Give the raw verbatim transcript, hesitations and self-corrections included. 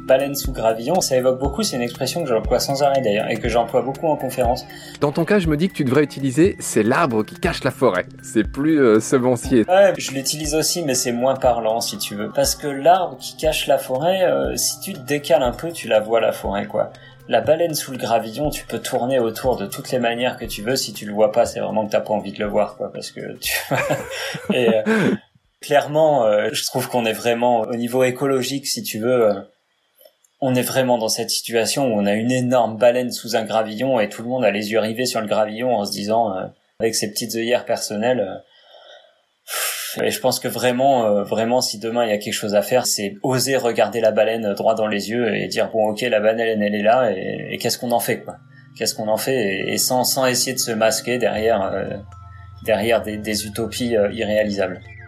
Baleine sous gravillon, ça évoque beaucoup, c'est une expression que j'emploie sans arrêt d'ailleurs, et que j'emploie beaucoup en conférence. Dans ton cas, je me dis que tu devrais utiliser « c'est l'arbre qui cache la forêt ». C'est plus euh, semencier. Ouais, je l'utilise aussi, mais c'est moins parlant si tu veux. Parce que l'arbre qui cache la forêt, euh, si tu te décales un peu, tu la vois la forêt, quoi. La baleine sous le gravillon, tu peux tourner autour de toutes les manières que tu veux. Si tu le vois pas, c'est vraiment que t'as pas envie de le voir, quoi, parce que tu... Et euh, clairement, euh, je trouve qu'on est vraiment, au niveau écologique, si tu veux, euh, on est vraiment dans cette situation où on a une énorme baleine sous un gravillon et tout le monde a les yeux rivés sur le gravillon en se disant, euh, avec ses petites œillères personnelles... Euh, Et je pense que vraiment, euh, vraiment, si demain il y a quelque chose à faire, c'est oser regarder la baleine droit dans les yeux et dire bon, ok, la baleine elle est là et, et qu'est-ce qu'on en fait, quoi. Qu'est-ce qu'on en fait et, et sans sans essayer de se masquer derrière euh, derrière des, des utopies euh, irréalisables.